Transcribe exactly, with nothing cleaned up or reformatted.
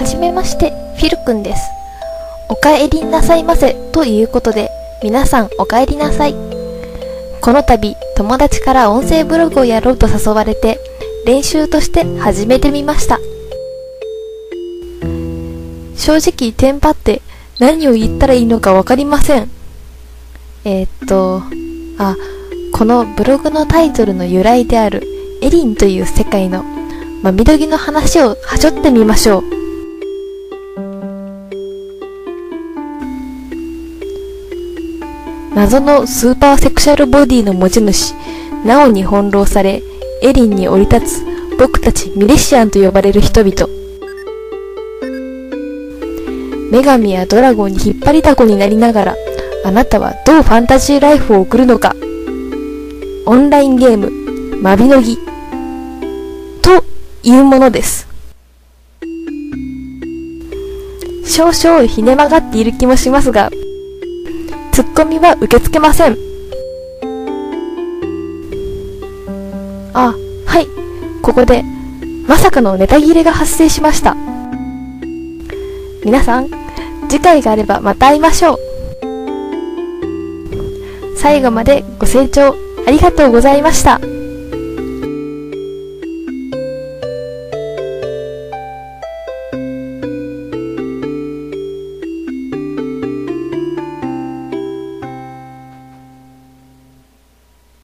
はじめまして、フィルくんです。お帰りなさいませということで、皆さんお帰りなさい。この度、友達から音声ブログをやろうと誘われて、練習として始めてみました。正直、テンパって何を言ったらいいのかわかりません。えー、っと、あ、このブログのタイトルの由来であるエリンという世界のまみどぎの話をはしょってみましょう。謎のスーパーセクシャルボディの持ち主、ナオに翻弄され、エリンに降り立つ僕たちミレシアンと呼ばれる人々。女神やドラゴンに引っ張りだこになりながら、あなたはどうファンタジーライフを送るのか。オンラインゲーム、まびのぎ。というものです。少々ひね曲がっている気もしますが、ツッコミは受け付けません。あ、はい。ここで、まさかのネタ切れが発生しました。皆さん、次回があればまた会いましょう。最後までご清聴ありがとうございました。